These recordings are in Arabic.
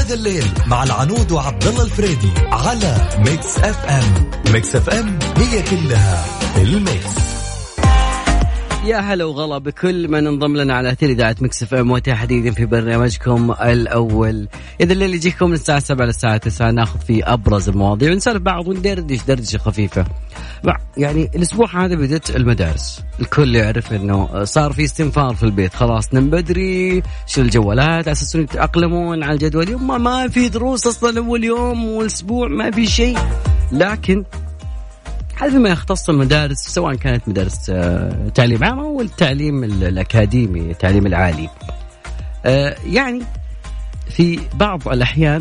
هذا الليل مع العنود وعبد الله الفريدي على ميكس اف ام. ميكس اف ام هي كلها الميكس. يا هلا وغلا بكل من انضم لنا على أثير إذاعة ميكس اف ام وتحديدا في برنامجكم الأول. إذا الليل يجيكم من الساعة 7 للساعة 9 ناخذ فيه أبرز المواضيع ونسولف بعض وندردش دردشة خفيفة. يعني الأسبوع هذا بدت المدارس، الكل يعرف إنه صار في استنفار في البيت، خلاص نم بدري، شيل الجوالات على أساس يتأقلمون على الجدول. اليوم ما في دروس أصلا، أول يوم والأسبوع ما في شيء. لكن هذا فيما يختص المدارس، سواء كانت مدارس تعليم عام أو التعليم الأكاديمي، التعليم العالي. يعني في بعض الأحيان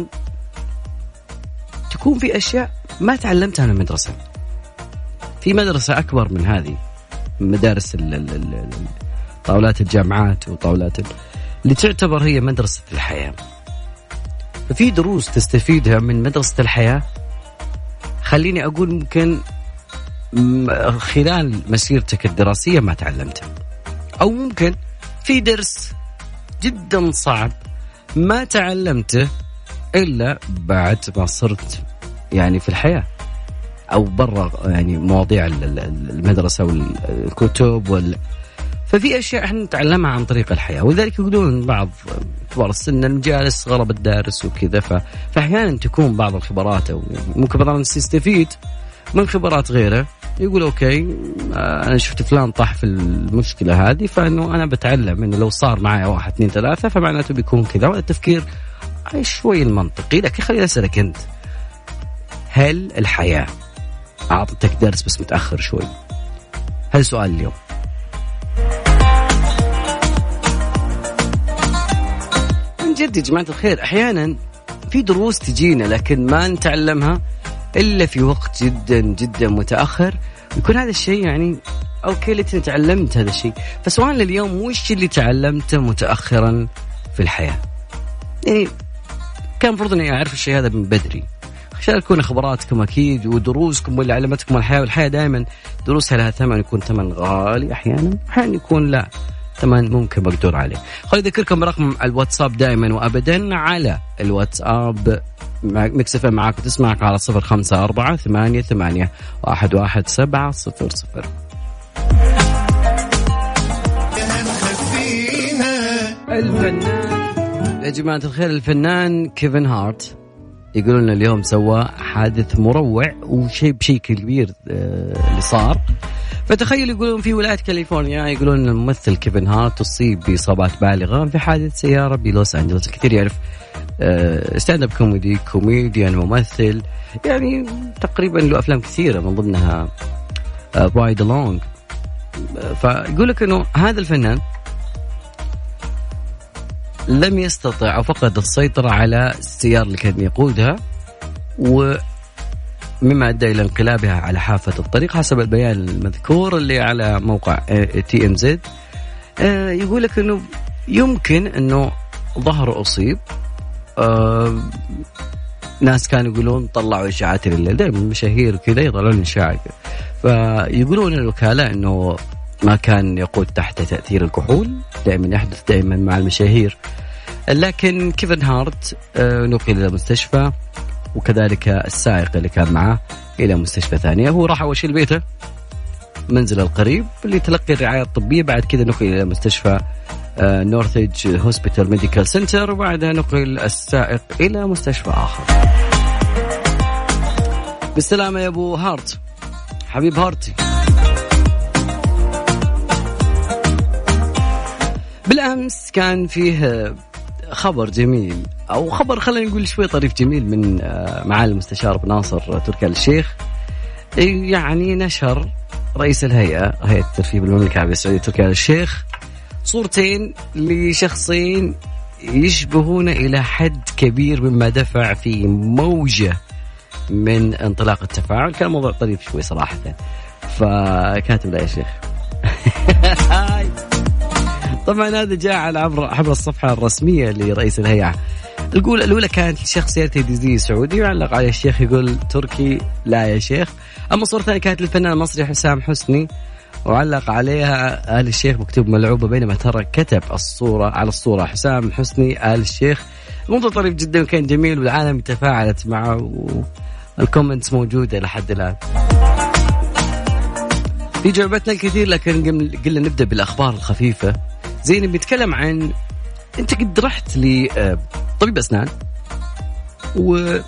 تكون في أشياء ما تعلمتها من المدرسة، في مدرسة أكبر من هذه، مدارس طاولات الجامعات وطاولات اللي تعتبر هي مدرسة الحياة. ففي دروس تستفيدها من مدرسة الحياة، خليني أقول ممكن خلال مسيرتك الدراسية ما تعلمته، أو ممكن في درس جدا صعب ما تعلمته إلا بعد ما صرت يعني في الحياة أو برا يعني مواضيع المدرسة والكتب ففي أشياء احنا نتعلمها عن طريق الحياة. ولذلك يقولون بعض كبار السن المجالس غرب الدارس وكذا. فأحيانا تكون بعض الخبرات أو ممكن بعض الناس يستفيد من خبرات غيره، يقول أوكي أنا شفت فلان طاح في المشكلة هذه، فإنه أنا بتعلم إنه لو صار معي 1 2 3 فمعناته بيكون كذا. وهذا التفكير شوي المنطقي. لكن خليني أسألك أنت، هل الحياة أعطتك درس بس متأخر شوي؟ هذا سؤال اليوم. من جد يا جماعة الخير، أحيانا في دروس تجينا لكن ما نتعلمها إلا في وقت جدا جدا متأخر. يكون هذا الشيء يعني أوكي لتني تعلمت هذا الشيء، فسؤال اليوم وش اللي تعلمته متأخرا في الحياة؟ يعني كان المفروض أني أعرف الشيء هذا من بدري عشان تكون خبراتكم أكيد ودروسكم واللي علمتكم الحياة. والحياة دائما دروسها لها ثمن، يكون ثمن غالي أحيانا يكون لا ثمن ممكن مقدور عليه. خلي أذكركم برقم الواتساب دائما وأبدا على الواتساب ميكس اف ام معاك تسمعك على 0548811700. الفنان يا جماعة الخير، الفنان كيفن هارت يقولون لنا اليوم سوى حادث مروع بشيء كبير اللي صار. فتخيل يقولون في ولاية كاليفورنيا، يقولون الممثل كيفن هارت أصيب بإصابات بالغة في حادث سيارة بلوس أنجلوس. الكثير يعرف ستاند اب كوميديان ممثل، يعني تقريبا له أفلام كثيرة من ضمنها رايد ألونج. فيقول لك إنه هذا الفنان لم يستطع أو فقد السيطرة على السيارة اللي كان يقودها، ومما أدى إلى انقلابها على حافة الطريق حسب البيان المذكور اللي على موقع TMZ. يقول لك إنه يمكن إنه ظهره أصيب. ناس كانوا يقولون طلعوا إشاعات الليل، دائما المشاهير وكذا يطلعون إشاعات، فيقولون الوكالة إنه ما كان يقود تحت تأثير الكحول، دائما يحدث دائما مع المشاهير. لكن كيفن هارت نقل إلى مستشفى، وكذلك السائق اللي كان معه إلى مستشفى ثانية. هو راح أول شيء لبيته منزل القريب اللي تلقي الرعاية الطبية، بعد كذا نقل إلى مستشفى نورثيج هوسبيتال ميديكال سنتر، وبعدها نقل السائق إلى مستشفى آخر. بالسلامة يا أبو هارت، حبيب هارتي. بالأمس كان فيه خبر جميل، أو خبر خلينا نقول شوي طريف جميل من معالي المستشار بناصر تركي آل الشيخ. يعني نشر رئيس هيئة الترفيه بالمملكة العربية السعودية تركي آل الشيخ صورتين لشخصين يشبهون إلى حد كبير مما دفع في موجة من انطلاق التفاعل. كان موضوع طريف شوي صراحة. فكاتب له يا شيخ طبعا هذا جاء على عبر الصفحة الرسمية لرئيس الهيئة. الأولى كانت لشخص يرتدي سعودي ويعلق على الشيخ يقول تركي لا يا شيخ. أما الصورة الثانية كانت للفنان المصري حسام حسني وعلق عليها آل الشيخ مكتوب ملعوبة، بينما ترى كتب على الصورة حسام حسني آل الشيخ. موضوع طريف جدا وكان جميل والعالم تفاعلت معه والكومنتس موجودة لحد الآن. في جوابتنا الكثير، لكن قلنا نبدأ بالأخبار الخفيفة. زين بيتكلم عن أنت قد رحت لطبيب أسنان وشق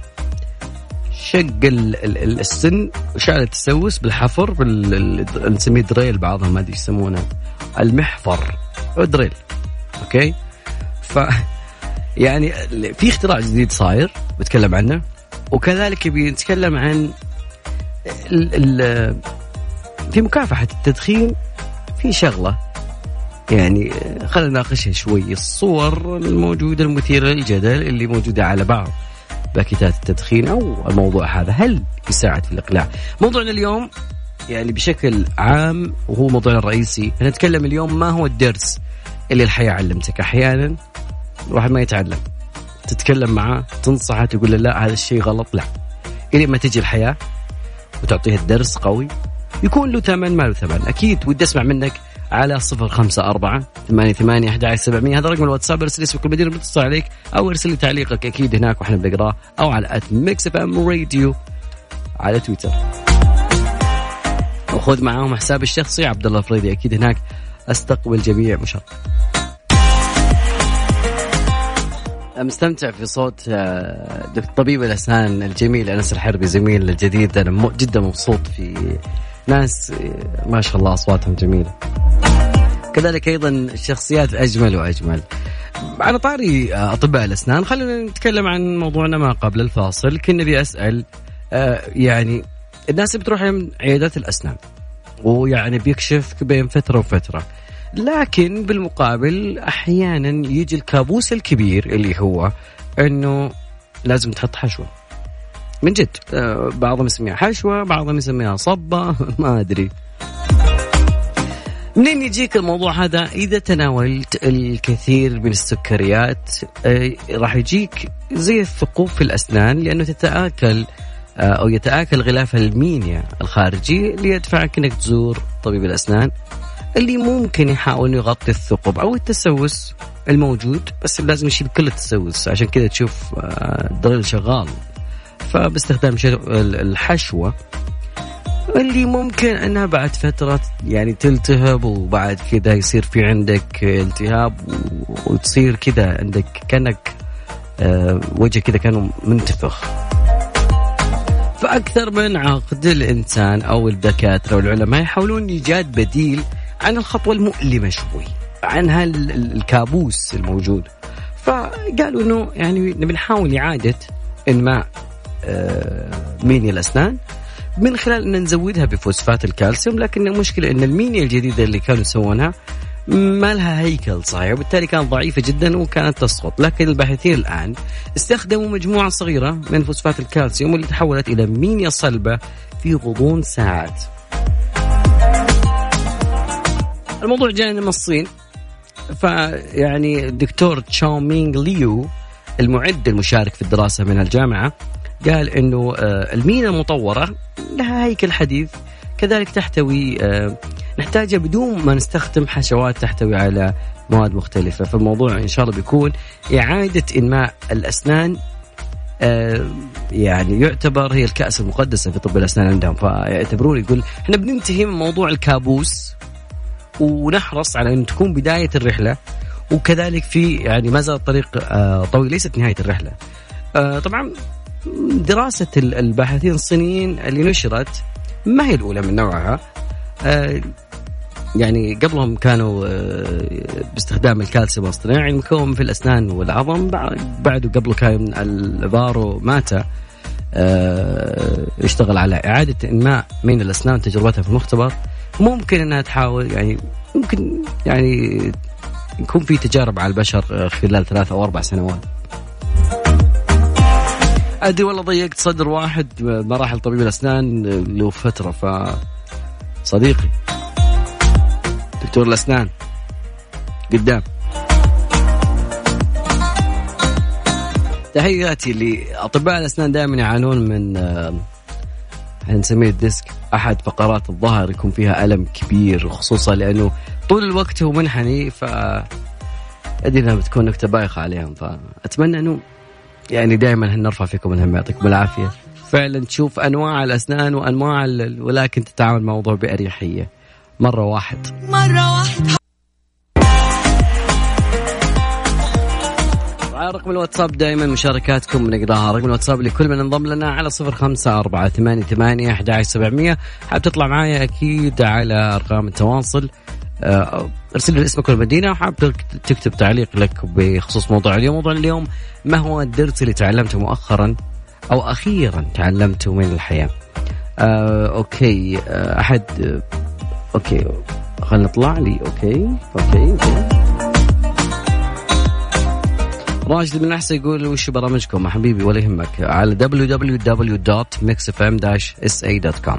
السن وشعل التسوس بالحفر نسميه دريل، بعضهم ما أدري يسمونه المحفر دريل. أوكي، يعني في اختراع جديد صاير بتكلم عنه، وكذلك بيتكلم عن في مكافحة التدخين. في شغلة يعني خلينا نناقشها شوي. الصور الموجودة المثيرة للجدل اللي موجودة على بعض باكيتات التدخين أو الموضوع هذا هل يساعد في الإقلاع؟ موضوعنا اليوم يعني بشكل عام وهو موضوعنا الرئيسي. نتكلم اليوم ما هو الدرس اللي الحياة علمتك. أحيانا الواحد ما يتعلم، تتكلم معه تنصحه تقول له لا هذا الشيء غلط، لا، إلى ما تجي الحياة وتعطيه الدرس قوي يكون له ثمن ما له ثمن. أكيد ودي أسمع منك على 0548811700. هذا رقم الواتساب. ارسل اسمك المدينة بتصل عليك أو ارسل لي تعليقك أكيد هناك وإحنا بنقراه، أو على @mixfmradio على تويتر، وخذ معاهم حسابي الشخصي عبد الله الفريدي. أكيد هناك أستقبل جميع مشاركة. مستمتع في صوت طبيب الأسنان الجميل أنس الحربي زميل الجديد. أنا جدا مبسوط في ناس ما شاء الله أصواتهم جميلة، كذلك أيضا الشخصيات أجمل وأجمل. على طاري أطباء الأسنان خلينا نتكلم عن موضوعنا ما قبل الفاصل. كنا بيسأل يعني الناس بتروح عيادات الأسنان ويعني بيكشف بين فترة وفترة، لكن بالمقابل أحيانا يجي الكابوس الكبير اللي هو أنه لازم تحط حشوة. من جد بعضهم يسميها حشوة، بعضهم يسميها صبة، ما أدري منين يجيك الموضوع هذا. إذا تناولت الكثير من السكريات راح يجيك زي الثقوب في الأسنان، لأنه تتآكل أو يتآكل غلاف المينيا الخارجي اللي يدفعك أنك تزور طبيب الأسنان اللي ممكن يحاول يغطي الثقب أو التسوس الموجود، بس لازم يشيل كل التسوس. عشان كذا تشوف دريل شغال، فباستخدام الحشوة اللي ممكن أنها بعد فترة يعني تلتهب، وبعد كذا يصير في عندك التهاب وتصير كذا عندك كأنك وجه كذا كانوا منتفخ. فأكثر من عقد الإنسان أو الدكاترة والعلماء يحاولون إيجاد بديل عن الخطوة المؤلمة شوي، عن هالكابوس الموجود. فقالوا إنه يعني نبي نحاول إعادة إنماء مينيا الأسنان من خلال أن نزودها بفوسفات الكالسيوم. لكن المشكلة أن المينيا الجديدة اللي كانوا يسوونها ما لها هيكل صحيح، وبالتالي كانت ضعيفة جدا وكانت تسقط. لكن الباحثين الآن استخدموا مجموعة صغيرة من فوسفات الكالسيوم واللي تحولت إلى مينيا صلبة في غضون ساعات. الموضوع جاء من الصين، فيعني الدكتور تشاو مينغ ليو المعد المشارك في الدراسة من الجامعة قال إنه المينا المطورة لها هيكل حديث، كذلك تحتوي نحتاجها بدون ما نستخدم حشوات تحتوي على مواد مختلفة. فالموضوع إن شاء الله بيكون إعادة إنماء الأسنان، يعني يعتبر هي الكأس المقدسة في طب الأسنان عندهم. فيعتبرون يقول إحنا بننتهي من موضوع الكابوس ونحرص على أن تكون بداية الرحلة، وكذلك في يعني ما زال الطريق طويل، ليست نهاية الرحلة. طبعا دراسة الباحثين الصينيين اللي نشرت ما هي الأولى من نوعها. يعني قبلهم كانوا باستخدام الكالسيوم الاصطناعي المكون في الأسنان والعظم، بعده قبله كان الفارو ماتا يشتغل على إعادة إنماء من الأسنان. تجربتها في المختبر ممكن أنها تحاول يعني ممكن يعني يكون في تجارب على البشر خلال 3 أو 4 سنوات. أدري والله ضيقت صدر واحد مراحل طبيب الأسنان له فترة. فصديقي دكتور الأسنان قدام، تحياتي لأطباء الأسنان دائما يعانون من نسميه الديسك، أحد فقرات الظهر يكون فيها ألم كبير، وخصوصا لأنه طول الوقت هو منحني، أدري أنها بتكون نكتة بايخة عليهم. فأتمنى أنه يعني دائما نرفع فيكم الهم، يعطيكم العافية. فعلا تشوف أنواع الأسنان وأنواع ولكن تتعامل مع الموضوع بأريحية. مرة واحد رقم الواتساب دائما مشاركاتكم بنقراها. رقم الواتساب لكل من انضم لنا على 0548811700. حاب تطلع معايا أكيد على أرقام التواصل، ارسل لي اسمك والمدينة، وحاب تكتب تعليق لك بخصوص موضوع اليوم. موضوع اليوم: ما هو الدرس اللي تعلمته مؤخرا أو أخيرا تعلمته من الحياة؟ أوكي، أحد أوكي خلنا نطلع لي. أوكي. راشد بن أحسن يقول: وش برامجكم حبيبي؟ ولا يهمك، على www.mixfm-sa.com.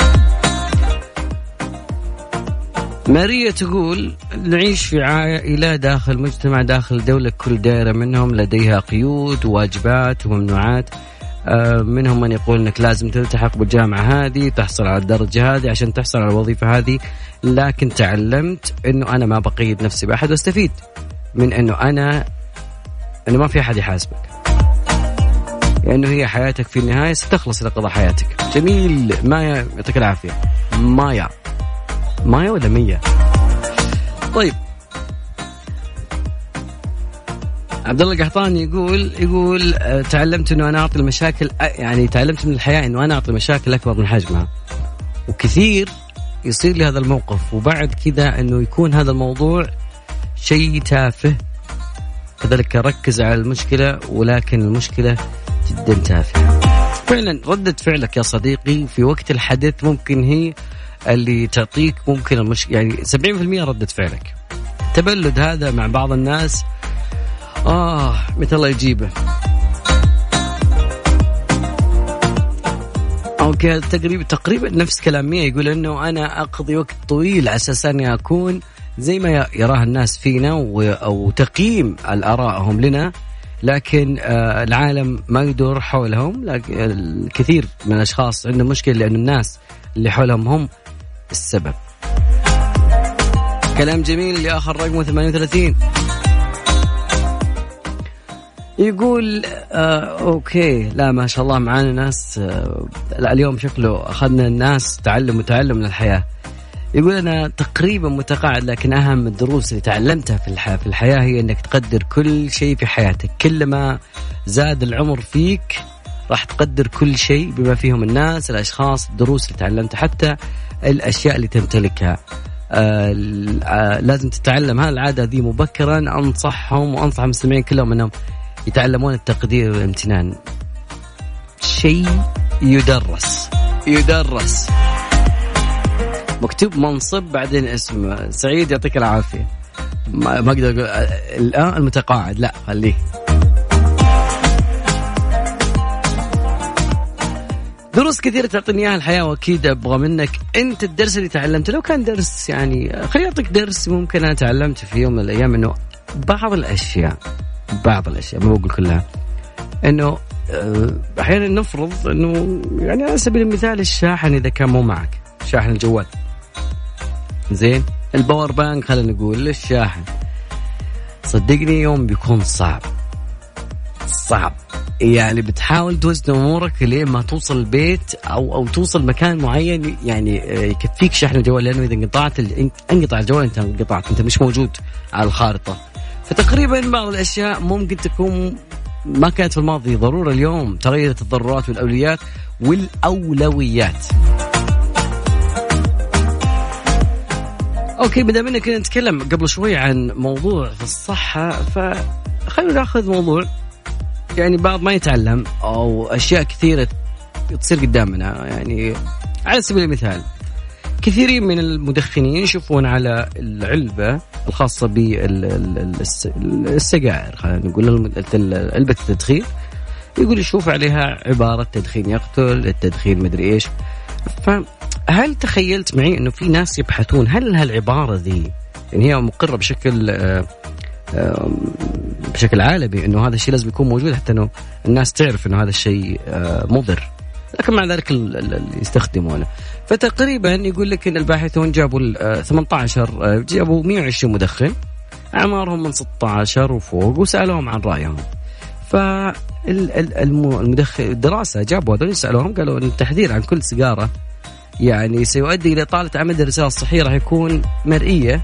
ماريا تقول: نعيش في عائلة داخل مجتمع داخل دولة، كل دائرة منهم لديها قيود وواجبات وممنوعات. منهم من يقول أنك لازم تلتحق بالجامعة هذه، تحصل على الدرجة هذه عشان تحصل على الوظيفة هذه. لكن تعلمت أنه أنا ما بقيد نفسي بأحد، واستفيد من أنه ما في أحد يحاسبك، لأنه هي حياتك في النهاية ستخلص إلى قضاء حياتك. جميل. مايا يعطيك العافية. مايا ولا مية؟ طيب، عبد الله القحطاني يقول تعلمت إنه أنا أعطي المشاكل، يعني تعلمت من الحياة إنه أنا أعطي المشاكل أكبر من حجمها، وكثير يصير لي هذا الموقف، وبعد كذا إنه يكون هذا الموضوع شيء تافه، كذلك ركز على المشكلة ولكن المشكلة جدا تافهة. فعلا ردة فعلك يا صديقي في وقت الحدث ممكن هي اللي تعطيك ممكن المشكلة، يعني 70% ردة فعلك. تبلد هذا مع بعض الناس متى الله يجيبه. اوكي، تقريبا نفس كلام مية. يقول انه انا اقضي وقت طويل على اساس اني اكون زي ما يراه الناس فينا او تقييم الارائهم لنا، لكن العالم ما يدور حولهم. لكن الكثير من الاشخاص عندهم مشكلة لأن الناس اللي حولهم هم السبب. كلام جميل. اللي آخر رقمه 38 يقول أوكي، لا ما شاء الله معانا ناس لا اليوم شكله أخذنا الناس تعلم من الحياة. يقول أنا تقريبا متقاعد، لكن أهم الدروس اللي تعلمتها في الحياة هي أنك تقدر كل شيء في حياتك. كلما زاد العمر فيك راح تقدر كل شيء بما فيهم الناس، الأشخاص، الدروس اللي تعلمتها، حتى الأشياء اللي تمتلكها. لازم تتعلم هذه العادة ذي مبكرا. أنصحهم وأنصح المستمعين كلهم أنهم يتعلمون التقدير والامتنان. شيء يدرس مكتوب منصب بعدين اسم. سعيد يعطيك العافية. ما أقدر أقول الآن المتقاعد، لا خليه. دروس كثيرة تعطيني إياها الحياة، وأكيد أبغى منك أنت الدرس اللي تعلمته. لو كان درس يعني خليني أعطيك درس ممكن أنا تعلمت في يوم من الأيام، إنه بعض الأشياء ما بقول كلها، إنه أحيانا نفرض إنه يعني على سبيل المثال الشاحن إذا كان مو معك، شاحن الجوال زين، الباور بانك خلينا نقول الشاحن، صدقني يوم بيكون صعب يعني بتحاول توزن أمورك لين ما توصل البيت أو توصل مكان معين يعني يكفيك شحن الجوال، لأنه إذا انقطع الجوال أنت انقطعت، أنت مش موجود على الخارطة. فتقريبا بعض الأشياء ممكن تكون ما كانت في الماضي ضرورة اليوم، تغيرت الضرورات والأولويات. أوكي، بدأ منك كنا نتكلم قبل شوي عن موضوع في الصحة، فخلونا نأخذ موضوع يعني بعض ما يتعلم أو أشياء كثيرة تصير قدامنا. يعني على سبيل المثال كثيرين من المدخنين يشوفون على العلبة الخاصة بالسجائر، خلينا نقول علبة التدخين، يقول يشوف عليها عبارة تدخين يقتل، التدخين مدري إيش. فهل تخيلت معي أنه في ناس يبحثون هل هالعبارة ذي يعني هي مقرة بشكل عالمي أنه هذا الشيء لازم يكون موجود حتى أنه الناس تعرف أنه هذا الشيء مضر؟ لكن مع ذلك اللي يستخدمونه. فتقريبا يقول لك ان الباحثون جابوا 18 جابوا 120 مدخن اعمارهم من 16 وفوق وسالوهم عن رايهم. فالمدخن الدراسه جابوا هذول سالوهم قالوا ان التحذير عن كل سيجاره يعني سيؤدي الى اطاله امد الرساله الصحيه، راح يكون مرئيه،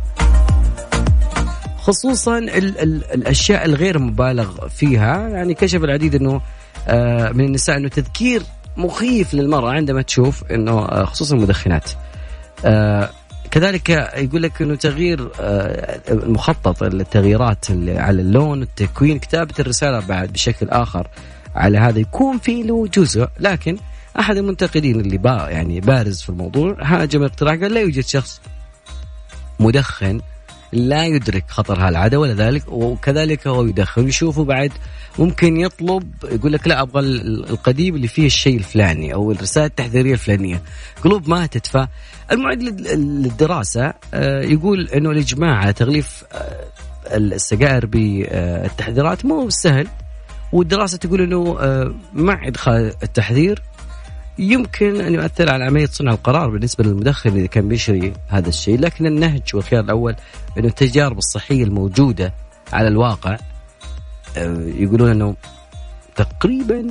خصوصا الاشياء الغير مبالغ فيها. يعني كشف العديد انه من النساء انه تذكير مخيف للمرأة عندما تشوف انه خصوصا المدخنات. كذلك يقول لك انه تغيير المخطط، التغييرات على اللون، التكوين، كتابة الرسالة بعد بشكل آخر على هذا يكون في له جزء. لكن أحد المنتقدين اللي يعني بارز في الموضوع هاجم الاقتراح، قال لا يوجد شخص مدخن لا يدرك خطر هالعادة ولا ذلك، وكذلك هو يدخن يشوفه بعد ممكن يطلب، يقول لك لا أبغى القديم اللي فيه الشيء الفلاني أو الرسالة التحذيرية الفلانية. قلوب ماتت. فالمعد للدراسة يقول أنه الإجماع على تغليف السجائر بالتحذيرات مو سهل، والدراسة تقول أنه مع إدخال التحذير يمكن أن يؤثر على عملية صنع القرار بالنسبة للمدخن إذا كان بيشري هذا الشيء. لكن النهج والخيار الأول أنه التجارب الصحية الموجودة على الواقع يقولون أنه تقريبا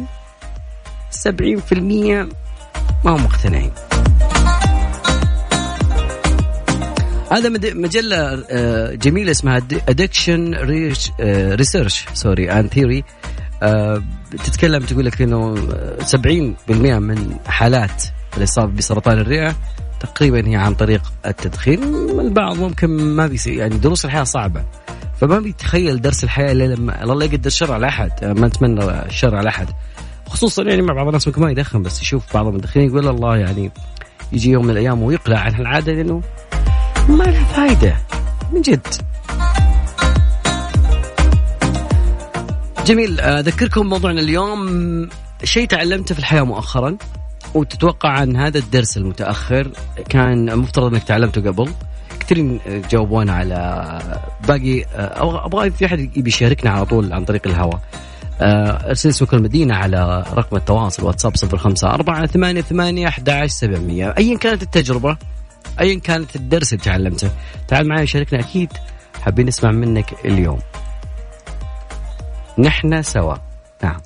70% ما هم مقتنعين. هذا مجلة جميلة اسمها Addiction Research and Theory تتكلم، تقول لك إنه 70% من حالات الإصابة بسرطان الرئة تقريبا هي عن طريق التدخين. البعض ممكن ما بيصير، يعني دروس الحياة صعبة، فما بيتخيل درس الحياة إلا لما الله يقدر الشر على أحد. ما نتمنى الشر على أحد، خصوصا يعني مع بعض الناس ممكن ما يدخن، بس يشوف بعض المدخنين يقول الله يعني يجي يوم من الأيام ويقلع عن العادة لأنه ما لها فايدة من جد. جميل. أذكركم موضوعنا اليوم شيء تعلمته في الحياة مؤخرا وتتوقع عن هذا الدرس المتأخر كان مفترض أنك تعلمته قبل. كثيرين جاوبونا على باقي، أو أبغى في أحد يبي يشاركنا على طول عن طريق الهواء. أرسل اسمك المدينة على رقم التواصل واتساب 0548811700. أيا كانت التجربة، أيا كانت الدرس اللي تعلمته، تعال معي شاركنا. أكيد حابين نسمع منك اليوم، نحن سوا. نعم.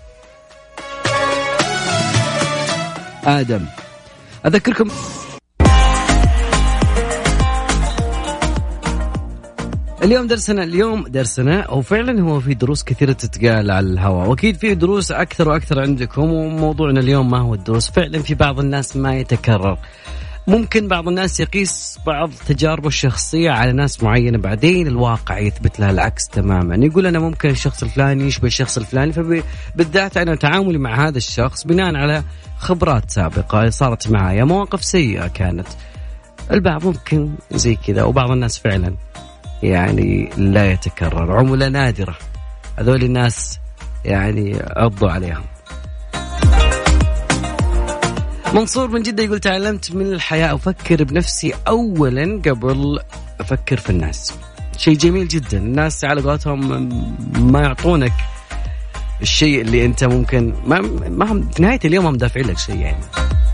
آدم أذكركم اليوم درسنا وفعلا هو في دروس كثيرة تتقال على الهواء، وأكيد في دروس أكثر وأكثر عندكم. وموضوعنا اليوم ما هو الدروس، فعلا في بعض الناس ما يتكرر. ممكن بعض الناس يقيس بعض تجاربه الشخصية على ناس معينة، بعدين الواقع يثبت لها العكس تماما. يقول أنا ممكن الشخص الفلاني يشبه الشخص الفلاني، فبالذات أنا تعاملي مع هذا الشخص بناء على خبرات سابقة صارت معايا، مواقف سيئة كانت. البعض ممكن زي كذا، وبعض الناس فعلا يعني لا يتكرر، عملة نادرة. هذول الناس يعني عضوا عليهم. منصور من جدة يقول تعلمت من الحياة أفكر بنفسي أولا قبل أفكر في الناس. شيء جميل جدا. الناس على قولتهم ما يعطونك الشيء اللي أنت ممكن ما هم في نهاية اليوم هم دافعين لك شيء يعني.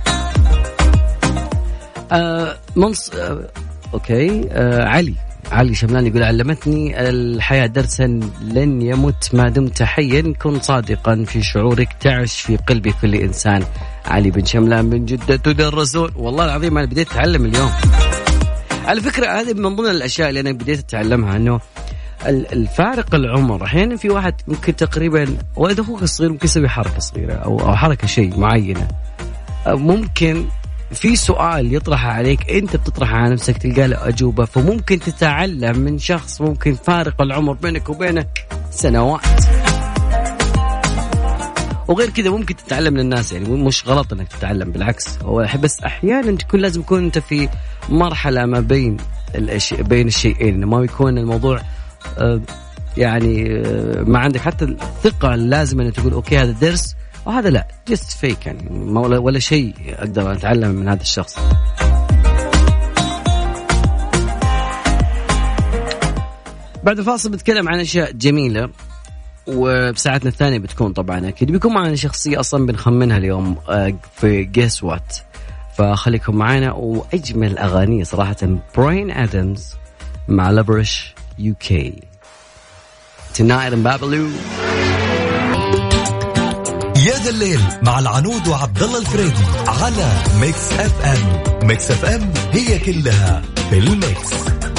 أوكي. علي شملان يقول علمتني الحياة درسا لن يمت ما دمت حيا، كن صادقا في شعورك تعش في قلب كل إنسان. علي بن شملان من جدة تدرسون. والله العظيم أنا بديت أتعلم اليوم على فكرة. هذه من ضمن الأشياء اللي أنا بديت أتعلمها، أنه الفارق العمر. أحيانا في واحد ممكن تقريبا ولد أخوك الصغير ممكن يسوي حركة صغيرة أو حركة شيء معينة، ممكن في سؤال يطرحه عليك أنت بتطرحه على نفسك تلقى له أجوبة. فممكن تتعلم من شخص ممكن فارق العمر بينك وبينه سنوات. وغير كذا ممكن تتعلم من الناس، يعني مش غلط أنك تتعلم، بالعكس هو بس أحيانا تكون لازم يكون أنت في مرحلة ما بين الشيئين، ما يكون الموضوع يعني ما عندك حتى الثقة اللازمة أن تقول أوكي هذا الدرس وهذا لا just fake، يعني ولا شيء أقدر أتعلم من هذا الشخص. بعد الفاصل بتكلم عن أشياء جميلة وبساعتنا الثانية بتكون طبعا أكيد بيكون معنا شخصية أصلا بنخمنها اليوم في Guess What. فخليكم معنا. وأجمل أغاني صراحة براين آدمز مع لبرش UK Tonight in Babalu. يا ذا الليل مع العنود وعبد الله الفريدي على ميكس اف ام. ميكس اف ام هي كلها بالميكس.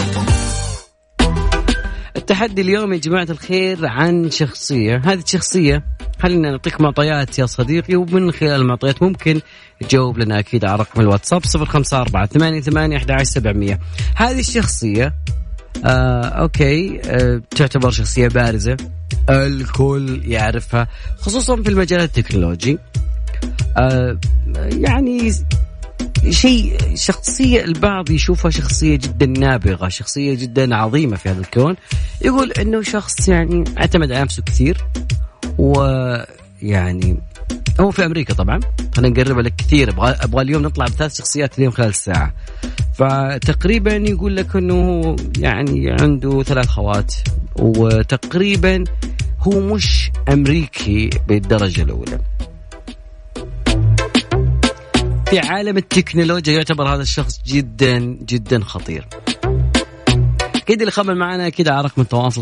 التحدي اليوم يا جماعة الخير عن شخصية. هذه الشخصية خلينا نعطيك معطيات يا صديقي، ومن خلال المعطيات ممكن تجاوب لنا أكيد على رقم الواتساب 0548811700. هذه الشخصية تعتبر شخصية بارزة، الكل يعرفها خصوصا في المجال التكنولوجي. يعني شخصية البعض يشوفها شخصية جدا نابغة، شخصية جدا عظيمة في هذا الكون. يقول انه شخص يعني اعتمد على نفسه كثير، ويعني هو في امريكا طبعا. خلينا نقرب لك كثير، ابغى اليوم نطلع بثلاث شخصيات اليوم خلال الساعة. فتقريبا يقول لك انه يعني عنده 3 خوات، وتقريبا هو مش امريكي بالدرجة الاولى. في عالم التكنولوجيا يعتبر هذا الشخص جدا جدا خطير. أكيد اللي خبر معنا أكيد على رقم التواصل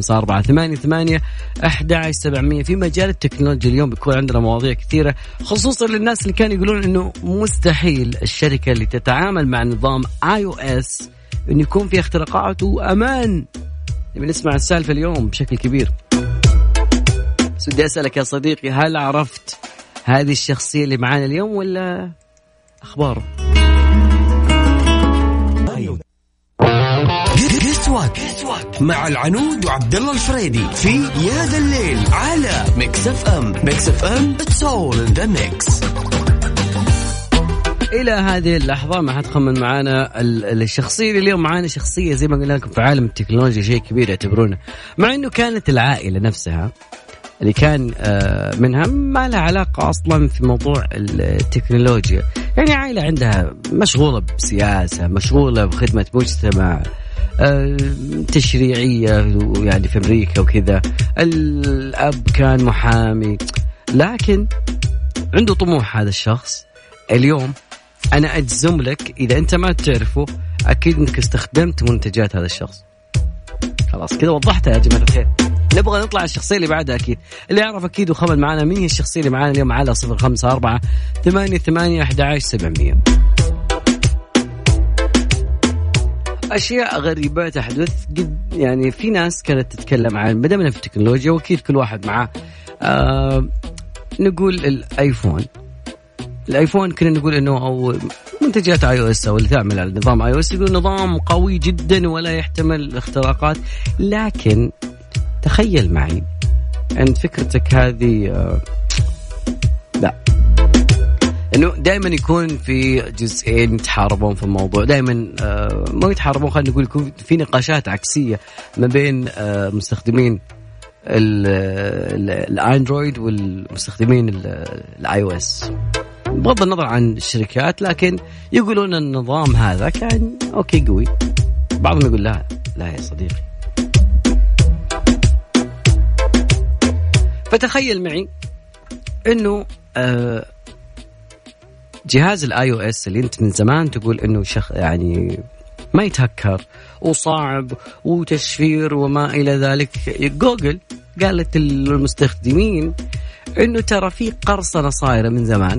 0548811700. في مجال التكنولوجيا اليوم بيكون عندنا مواضيع كثيرة، خصوصا للناس اللي كانوا يقولون إنه مستحيل الشركة اللي تتعامل مع نظام iOS إنه يكون في اختراقات وأمان. بنسمع السالفة اليوم بشكل كبير. بس بدي أسألك يا صديقي، هل عرفت هذه الشخصية اللي معانا اليوم ولا أخباره؟ مع العنود وعبد الله الفريدي في يا ذا الليل على ميكس اف ام. ميكس اف ام it's all in the mix. إلى هذه اللحظة ما حتخمن معانا الشخصية اللي اليوم معانا شخصية زي ما قلنا لكم في عالم التكنولوجيا شيء كبير يعتبرونه، مع إنه كانت العائلة نفسها اللي كان منها ما لها علاقة أصلا في موضوع التكنولوجيا. يعني عائلة عندها مشغولة بسياسة، مشغولة بخدمة مجتمع، تشريعية يعني في أمريكا وكذا. الأب كان محامي، لكن عنده طموح. هذا الشخص اليوم أنا أجزم لك إذا أنت ما تعرفه أكيد أنك استخدمت منتجات هذا الشخص. خلاص كذا وضحتها يا جماعة الخير. نبغى نطلع الشخصية اللي بعدها أكيد. اللي يعرف أكيد وخمن معنا مين هي الشخصية اللي معنا اليوم على 0548811700. أشياء غريبة تحدث يعني في ناس كانت تتكلم عن بدأنا في التكنولوجيا، وأكيد كل واحد معه نقول الآيفون كنا نقول إنه أو منتجات iOS أو اللي تعمل على نظام iOS يقول نظام قوي جدا ولا يحتمل الاختراقات. لكن تخيل معي أن فكرتك هذه لا، إنه دائما يكون في جزئين يتحاربون في الموضوع. دائما ما يتحاربون، خلينا نقول يكون في نقاشات عكسية ما بين مستخدمين الأندرويد والمستخدمين الاي او اس بغض النظر عن الشركات. لكن يقولون النظام هذا كان اوكي قوي، بعضهم يقول لا يا صديقي. فتخيل معي انه جهاز الاي او اس اللي انت من زمان تقول انه يعني ما يتهكر وصعب وتشفير وما الى ذلك، جوجل قالت للمستخدمين انه ترى في قرصنة صايرة من زمان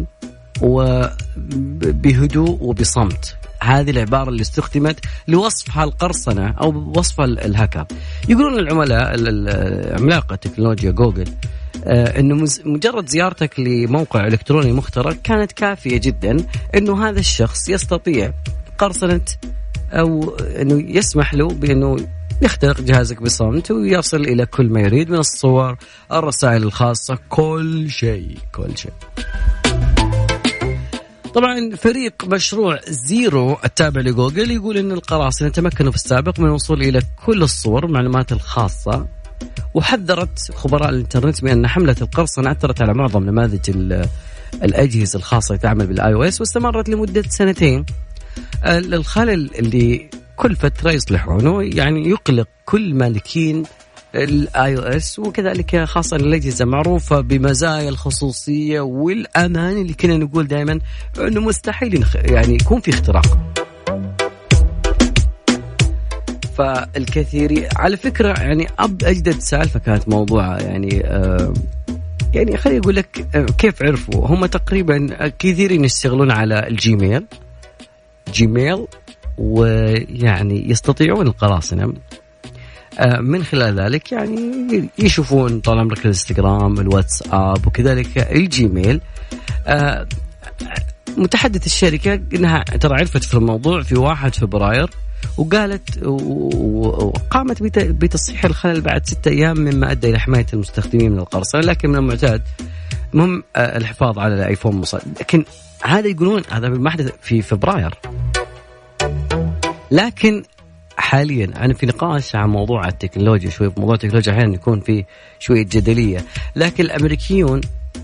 وبهدوء وبصمت. هذه العبارة اللي استخدمت لوصف هالقرصنة أو وصف الهاكر. يقولون العملاء عملاقة تكنولوجيا جوجل أنه مجرد زيارتك لموقع إلكتروني مخترق كانت كافية جدا أنه هذا الشخص يستطيع قرصنة أو أنه يسمح له بأنه يخترق جهازك بصمت ويصل إلى كل ما يريد من الصور، الرسائل الخاصة، كل شيء. طبعا فريق مشروع زيرو التابع لجوجل يقول أن القراصنة تمكنوا في السابق من الوصول إلى كل الصور والمعلومات الخاصة، وحذرت خبراء الانترنت بأن حملة القرصنة أثرت على معظم نماذج الأجهزة الخاصة اللي تعمل بالاي او اس واستمرت لمدة 2 سنين. الخلل اللي كل فترة يصلحونه يعني يقلق كل مالكين iOS، وكذلك خاصة الأجهزة معروفة بمزايا الخصوصية والأمان اللي كنا نقول دائما أنه مستحيل يعني يكون في اختراق. فالكثير على فكرة يعني أجدد سالفة كانت موضوع يعني خليني أقول لك كيف عرفوا. هم تقريبا كثيرين يشتغلون على الجيميل ويعني يستطيعون القراصنة من خلال ذلك يعني يشوفون طال عمرك الانستغرام، الواتساب، وكذلك الجيميل. متحدث الشركة إنها ترى عرفت في الموضوع في 1 فبراير، وقالت وقامت بتصحيح الخلل بعد 6 أيام، مما أدى إلى حماية المستخدمين من القرصنة. لكن من المعتاد مهم الحفاظ على الآيفون مصاب. لكن هذا يقولون هذا بمحدث في فبراير. لكن حاليا أنا في نقاش عن موضوع التكنولوجيا، شوي في موضوع التكنولوجيا أحيانا يكون في شوية جدلية، لكن الأمريكيون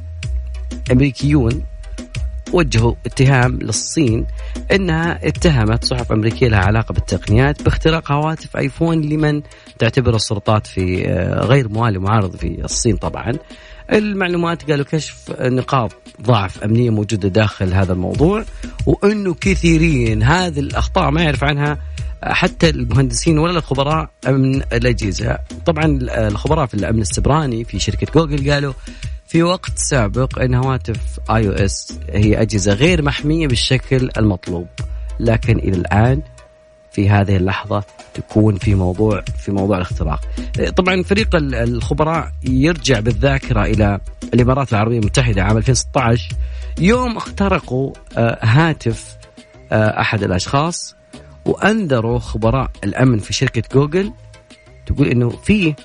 وجهوا اتهام للصين انها اتهمت صحف امريكيه لها علاقه بالتقنيات باختراق هواتف ايفون لمن تعتبر السلطات في غير موالي معارض في الصين. طبعا المعلومات قالوا كشف نقاط ضعف امنيه موجوده داخل هذا الموضوع، وانه كثيرين هذه الاخطاء ما يعرف عنها حتى المهندسين ولا الخبراء امن الاجهزه. طبعا الخبراء في الامن السبراني في شركه جوجل قالوا في وقت سابق أن هواتف iOS هي أجهزة غير محمية بالشكل المطلوب، لكن إلى الآن في هذه اللحظة تكون في موضوع الاختراق. طبعا فريق الخبراء يرجع بالذاكرة إلى الإمارات العربية المتحدة عام 2016 يوم اخترقوا هاتف أحد الأشخاص، وأنذروا خبراء الأمن في شركة جوجل تقول إنه في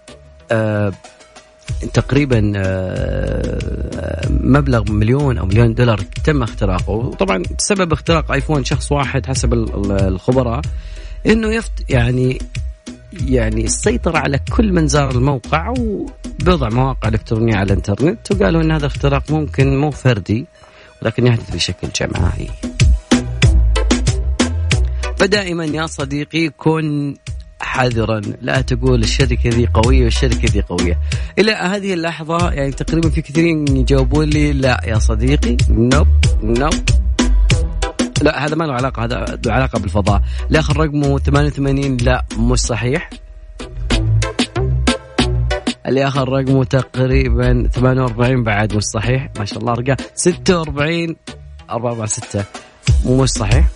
تقريبا مبلغ $1,000,000 أو $1,000,000 تم اختراقه. طبعا سبب اختراق ايفون شخص واحد حسب الخبراء انه يعني السيطرة على كل من زار الموقع وبضع مواقع الكترونية على الانترنت، وقالوا ان هذا اختراق ممكن مو فردي ولكن يحدث بشكل جماعي. فدائما يا صديقي كن حذرا، لا تقول الشركة ذي قوية والشركة ذي قوية. إلى هذه اللحظة يعني تقريبا في كثيرين يجاوبون لي لا يا صديقي، نوب لا هذا ما له علاقة، هذا له علاقة بالفضاء. الآخر رقمه 88 لا مش صحيح. الآخر رقمه تقريبا 48 بعد مش صحيح. ما شاء الله أرقام 46 446 مش صحيح.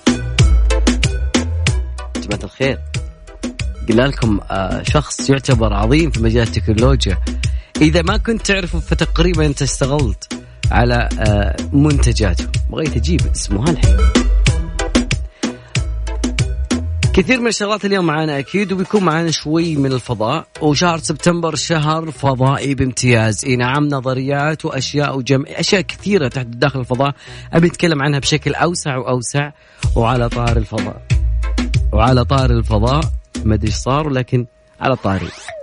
جماعة الخير قلنا لكم شخص يعتبر عظيم في مجال التكنولوجيا، إذا ما كنت تعرفه فتقريبا أنت اشتغلت على منتجاته. بغيت أجيب اسمه هالحين. كثير من الشغلات اليوم معانا أكيد، وبيكون معانا شوي من الفضاء، وشهر سبتمبر شهر فضائي بامتياز. نعم، نظريات وأشياء أشياء كثيرة تحت داخل الفضاء أبي نتكلم عنها بشكل أوسع وأوسع. وعلى طار الفضاء ما أدري إيش صار، ولكن على طاري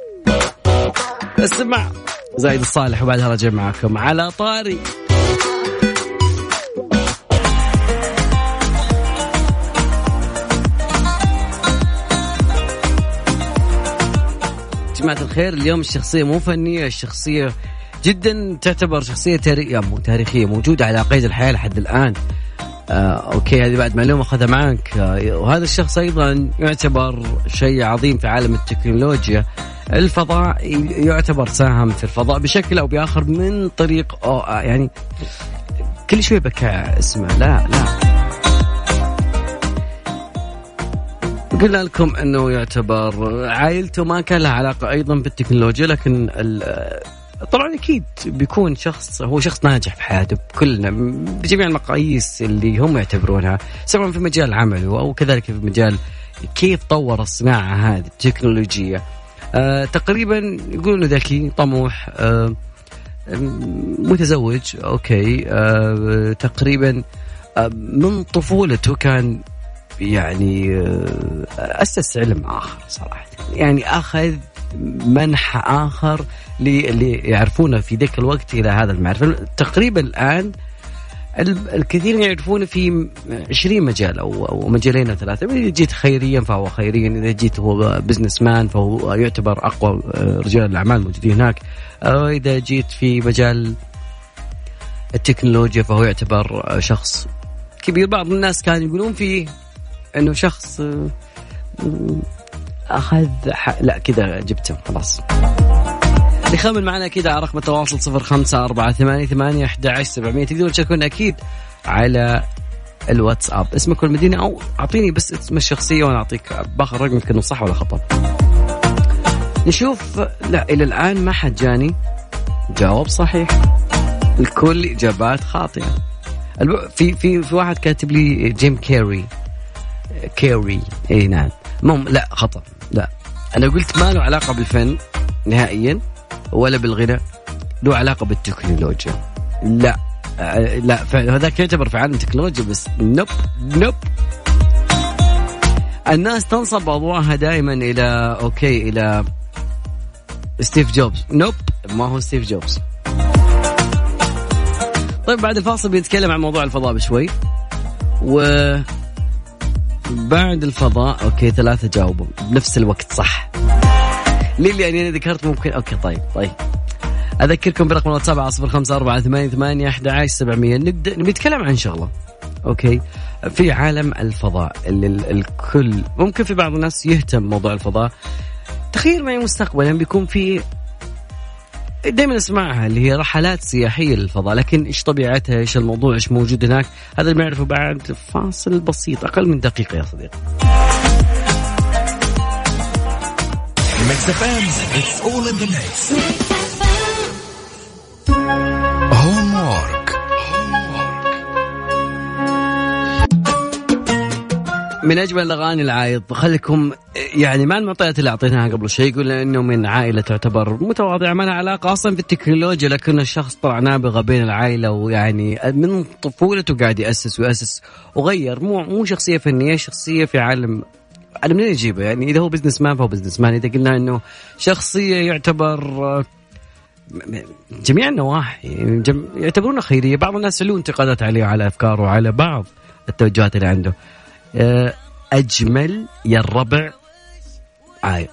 اسمع زايد الصالح وبعدها رجع معكم على طاري. جماعة الخير، اليوم الشخصية مو فنية، الشخصية جدا تعتبر شخصية تاريخية موجودة على قيد الحياة لحد الآن. أوكي، هذه بعد معلومة أخذها معك. وهذا الشخص أيضا يعتبر شيء عظيم في عالم التكنولوجيا. الفضاء يعتبر ساهم في الفضاء بشكل أو بآخر من طريق يعني كل شوي بكى اسمه. لا قلنا لكم أنه يعتبر عائلته ما كان لها علاقة أيضا بالتكنولوجيا، لكن طبعا أكيد بيكون هو شخص ناجح في حياته كلنا بجميع المقاييس اللي هم يعتبرونها، سواء في مجال عمله أو كذلك في مجال كيف طور الصناعة هذه التكنولوجية. تقريبا يقولون ذكي، طموح، متزوج. أوكي، تقريبا من طفولته كان يعني أسس علم آخر صراحة، يعني أخذ منح آخر اللي يعرفونه في ذاك الوقت إلى هذا المعرفة. تقريبا الآن الكثير يعرفون في 20 مجال أو مجالين أو 3. إذا جيت خيريا فهو خيريا، إذا جيت هو بزنس مان فهو يعتبر أقوى رجال الأعمال موجودين هناك، أو إذا جيت في مجال التكنولوجيا فهو يعتبر شخص كبير. بعض الناس كانوا يقولون فيه أنه شخص أخذ لا كذا جبته خلاص. اللي خامن معنا أكيد على رقم التواصل 0548811700. تقدرون تشاركون أكيد على الواتساب اسمك والمدينة، أو أعطيني بس اسم الشخصية وأنا أعطيك باخر رقم كأنه صح ولا خطأ. نشوف. لا إلى الآن ما حد جاني جواب صحيح، الكل إجابات خاطئة. في واحد كاتب لي جيم كيري إيه نعم لا خطأ. لا أنا قلت ما له علاقة بالفن نهائيا ولا بالغناء، له علاقة بالتكنولوجيا. لا هذاك يعتبر في عالم التكنولوجيا بس نوب. الناس تنصب أضواءها دائما إلى إلى ستيف جوبز. نوب ما هو ستيف جوبز. طيب بعد الفاصل بنتكلم عن موضوع الفضاء بشوي، وبعد الفضاء 3 جاوبوا بنفس الوقت صح. ليه أنا ذكرت ممكن طيب أذكركم برقم الواتساب 0548811700. نبدأ نتكلم عن شغلة في عالم الفضاء اللي الكل ممكن في بعض الناس يهتم موضوع الفضاء. تخيل معي مستقبلا بيكون في دائما نسمعها اللي هي رحلات سياحية للفضاء، لكن إيش طبيعتها، إيش الموضوع، إيش موجود هناك، هذا اللي نعرفه بعد فاصل بسيط أقل من دقيقة يا صديقي. Mix FM, it's all in the mix. Homework. من أجمل الأغاني العايض. خليكم يعني مع المعطيات اللي أعطيناها قبل شيء، يقول إنه من عائلة تعتبر متواضعة ما لها علاقة أصلا في التكنولوجيا، لكن الشخص طلع نابغة بين العائلة، ويعني من طفولته قاعد يأسس وغير. مو شخصية فنية، شخصية في عالم. أنا منين أجيبه؟ يعني إذا هو بزنس مان فهو بزنس مان، إذا قلنا إنه شخصية يعتبر جميع النواحي يعتبرونه خيرية. بعض الناس له انتقادات عليه وعلى أفكاره وعلى بعض التوجهات اللي عنده. أجمل يا الربع عايض.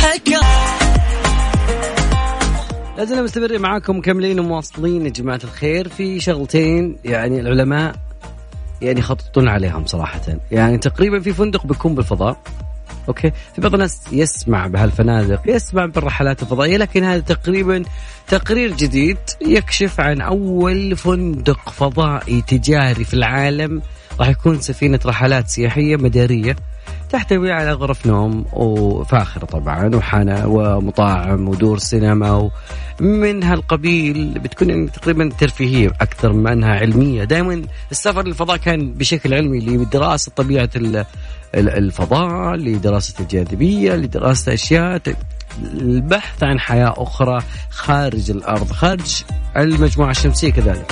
لازم مستمرين معاكم مكملين ومواصلين يا جماعة الخير في شغلتين يعني العلماء يعني خططون عليهم صراحة. يعني تقريبا في فندق بيكون بالفضاء. في بعض الناس يسمع بهالفنادق، يسمع بالرحلات الفضائية، لكن هذا تقريبا تقرير جديد يكشف عن أول فندق فضائي تجاري في العالم. راح يكون سفينة رحلات سياحية مدارية تحتوي على غرف نوم وفاخرة طبعا وحانة ومطاعم ودور سينما ومن هالقبيل. بتكون يعني تقريبا ترفيهية أكثر من أنها علمية. دائما السفر للفضاء كان بشكل علمي لدراسة طبيعة الفضاء، لدراسة الجاذبية، لدراسة أشياء، البحث عن حياة أخرى خارج الأرض، خارج المجموعة الشمسية كذلك.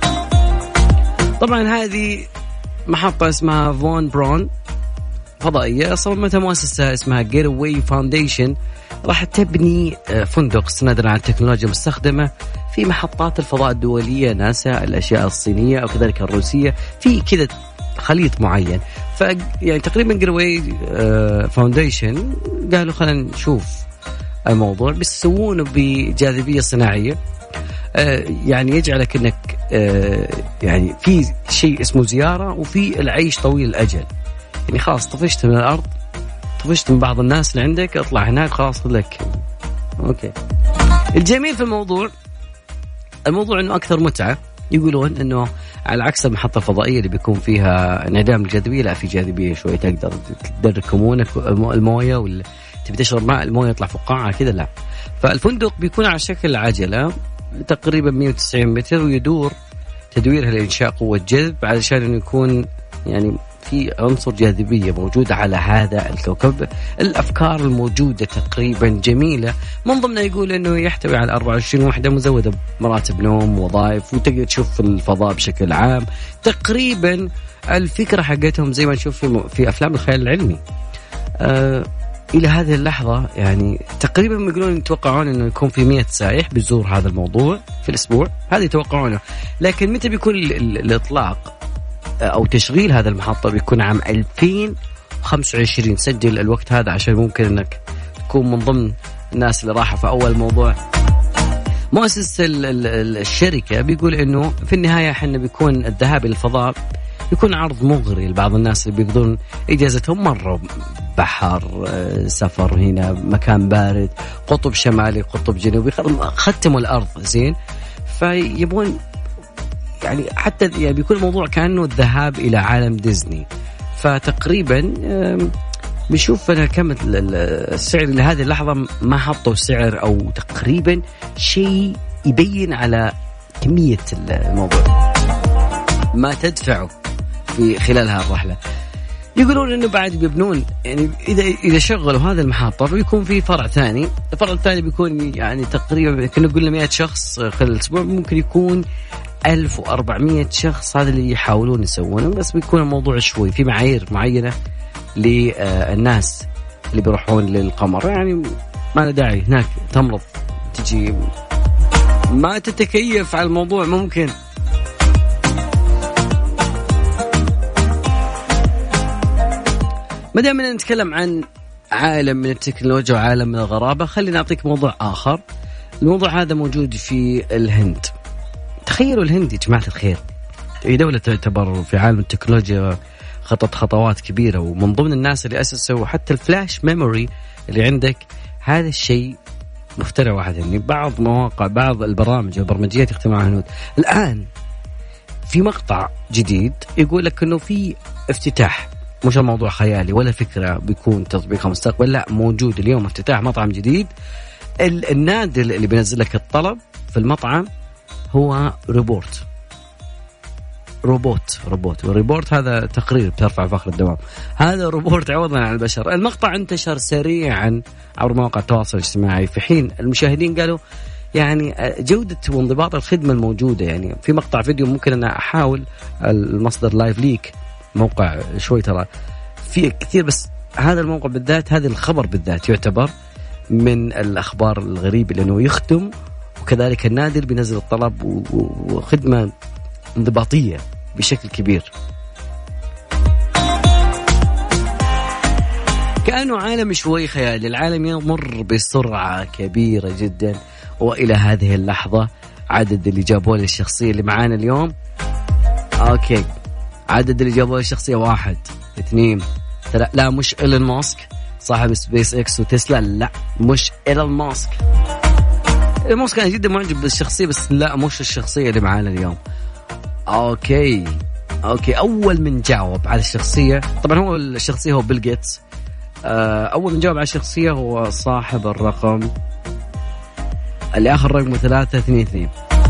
طبعا هذه محطة اسمها فون برون فضائية صممتها مؤسسة اسمها Getaway Foundation. راح تبني فندق استنادا على التكنولوجيا المستخدمة في محطات الفضاء الدولية، ناسا، الأشياء الصينية وكذلك الروسية، في كذا خليط معين. يعني تقريبا Getaway Foundation قالوا خلينا نشوف الموضوع، بيسوونه بجاذبية صناعية يعني يجعلك انك يعني في شيء اسمه زيارة وفي العيش طويل الأجل. يعني خلاص طفشت من الأرض، طفشت من بعض الناس اللي عندك، اطلع هناك خلاص لك. الجميل في الموضوع انه أكثر متعة. يقولون انه على عكس المحطة الفضائية اللي بيكون فيها انعدام الجاذبية، لا في جاذبية شوي، تقدر تدرك كمونك الموية، ولا تبي تشرب ماء الموية يطلع فقاعة كذا لا. فالفندق بيكون على شكل عجلة تقريبا 190 متر، ويدور تدويرها لإنشاء قوة جذب علشان انه يكون يعني في عنصر جاذبية موجودة على هذا الكوكب. الأفكار الموجودة تقريبا جميلة، من ضمنها يقول أنه يحتوي على 24 وحدة مزودة بمراتب نوم وظائف، وتقدر تشوف الفضاء بشكل عام. تقريبا الفكرة حقتهم زي ما نشوف في أفلام الخيال العلمي. إلى هذه اللحظة يعني تقريبا يقولون يتوقعون أنه يكون في 100 سائح بيزور هذا الموضوع في الأسبوع، هذا يتوقعونه. لكن متى بيكون الإطلاق أو تشغيل هذا المحطة؟ بيكون عام 2025. سجل الوقت هذا عشان ممكن أنك تكون من ضمن الناس اللي راحوا في أول موضوع. مؤسس الشركة بيقول أنه في النهاية حنا بيكون الذهاب إلى الفضاء يكون عرض مغري لبعض الناس اللي بيقضون إجازتهم مرة بحر، سفر هنا، مكان بارد، قطب شمالي، قطب جنوبي، ختموا الأرض زين، فيبون يعني حتى يعني بيكون الموضوع كأنه الذهاب إلى عالم ديزني. فتقريبا بنشوف أنا كم السعر لهذه اللحظة، ما حطوا سعر أو تقريبا شيء يبين على كمية الموضوع ما تدفعه في خلال هذه الرحلة. يقولون إنه بعد بيبنون يعني إذا شغلوا هذا المحطة بيكون في فرع ثاني. الفرع الثاني بيكون يعني تقريبا كنا قلنا 100 شخص خلال الأسبوع، ممكن يكون 1400 شخص. هذا اللي يحاولون يسوونه، بس بيكون الموضوع شوي في معايير معينة للناس اللي بيروحون للقمر. يعني ما له داعي هناك تمرض تجي ما تتكيف على الموضوع. ممكن ما دام نتكلم عن عالم من التكنولوجيا وعالم من الغرابة، خلينا نعطيك موضوع آخر. الموضوع هذا موجود في الهند. تخيلوا الهند يا جماعة الخير، هي دولة تعتبر في عالم التكنولوجيا خطت خطوات كبيرة، ومن ضمن الناس اللي أسسوا حتى الفلاش ميموري اللي عندك. هذا الشيء مخترع واحد يعني بعض مواقع بعض البرامج والبرمجيات يخترعها الهنود. الآن في مقطع جديد يقول لك إنه في افتتاح، مش الموضوع خيالي ولا فكرة بيكون تطبيقها مستقبل، لا موجود اليوم افتتاح مطعم جديد. النادل اللي بينزل لك الطلب في المطعم هو روبوت هذا تقرير بترفع فخر الدوام. هذا روبوت عوضا عن البشر. المقطع انتشر سريعا عبر مواقع التواصل الاجتماعي، في حين المشاهدين قالوا يعني جودة وانضباط الخدمة الموجودة. يعني في مقطع فيديو ممكن أنا أحاول المصدر لايف ليك، موقع شوي ترى في كثير، بس هذا الموقع بالذات هذا الخبر بالذات يعتبر من الأخبار الغريبة لأنه يختم، وكذلك النادل بينزل الطلب وخدمة انضباطية بشكل كبير. كأنه عالم شوي خيالي. العالم يمر بسرعة كبيرة جدا، وإلى هذه اللحظة عدد اللي جابوا لي الشخصية اللي معانا اليوم، أوكي، عدد اللي جابوا لي الشخصية 1 2 3. لا مش إيلون ماسك صاحب سبيس إكس وتسلا، لا مش إيلون ماسك. إيلون ماسك كان جدا معجب بالشخصية، بس لا مش الشخصية اللي معانا اليوم. أوكي أول من جاوب على الشخصية، طبعا هو الشخصية هو بيل جيتس. أول من جاوب على الشخصية هو صاحب الرقم اللي آخر رقمه 322،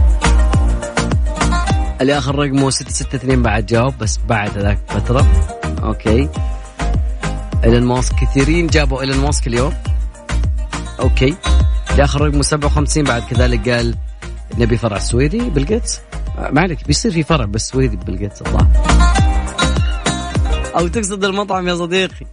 اللي آخر رقمه 662 بعد جاوب، بس بعد ذاك فترة. أوكي إيلون ماسك، كثيرين جابوا إيلون ماسك اليوم. أوكي اللي آخر رقمه 57 بعد كذلك قال نبي فرع سويدي بيل جيتس. ما عليك بيصير في فرع بس سويدي بيل جيتس الله. أو تقصد المطعم يا صديقي.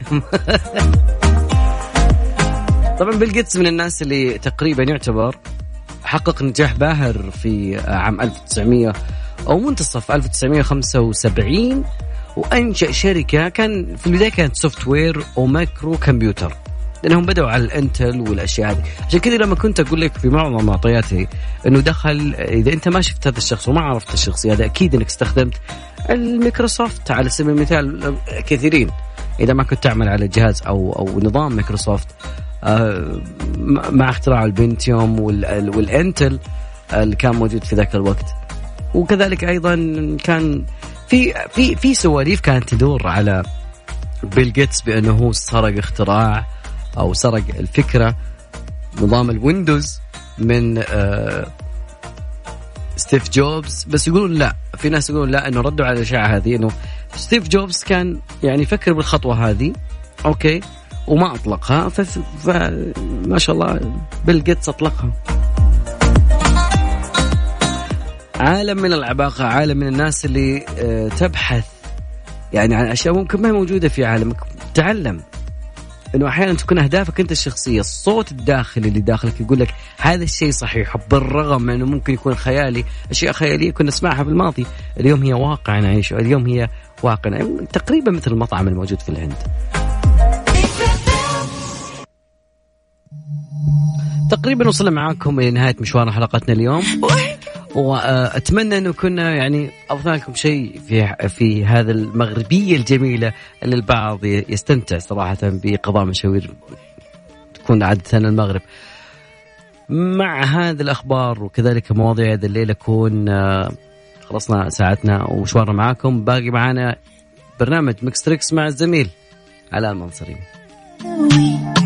طبعا بيل جيتس من الناس اللي تقريبا يعتبر حقق نجاح باهر في عام 1900 أو منتصف 1975، وأنشأ شركة كان في البداية كانت سوفت وير ومايكرو كمبيوتر، لأنهم بدأوا على الانتل والأشياء هذه. عشان كذا لما كنت أقول لك في معظم معطياتي أنه دخل، إذا أنت ما شفت هذا الشخص وما عرفت الشخص هذا أكيد أنك استخدمت الميكروسوفت على سبيل المثال. كثيرين إذا ما كنت تعمل على جهاز أو نظام ميكروسوفت مع اختراع البنتيوم والانتل اللي كان موجود في ذاك الوقت. وكذلك أيضا كان في سواليف كانت تدور على بيل جيتس بأنه هو سرق اختراع أو سرق الفكرة نظام الويندوز من ستيف جوبز، بس يقولون لا، في ناس يقولون لا، أنه ردوا على الإشاعة هذه أنه ستيف جوبز كان يعني فكر بالخطوة هذه أوكي وما أطلقها، فما شاء الله بيل جيتس أطلقها. عالم من العباقرة، عالم من الناس اللي تبحث يعني عن أشياء ممكن ما هي موجودة في عالمك. تعلم انه احيانا تكون اهدافك انت الشخصيه، الصوت الداخلي اللي داخلك يقول لك هذا الشيء صحيح، بالرغم من انه ممكن يكون خيالي. اشياء خياليه كنا نسمعها بالماضي اليوم هي واقع نعيشه، اليوم هي واقع، تقريبا مثل المطعم الموجود في الهند. تقريبا وصلنا معاكم لنهايه مشوار حلقتنا اليوم، وأتمنى أنه كنا يعني أضفنا لكم شيء في هذا المغربية الجميلة اللي البعض يستمتع صراحة بقضاء مشاوير تكون عادة المغرب. مع هذه الأخبار وكذلك مواضيع هذا الليلة كون خلصنا ساعتنا ومشوارنا معاكم. باقي معنا برنامج ميكس تريكس مع الزميل علاء المنصري.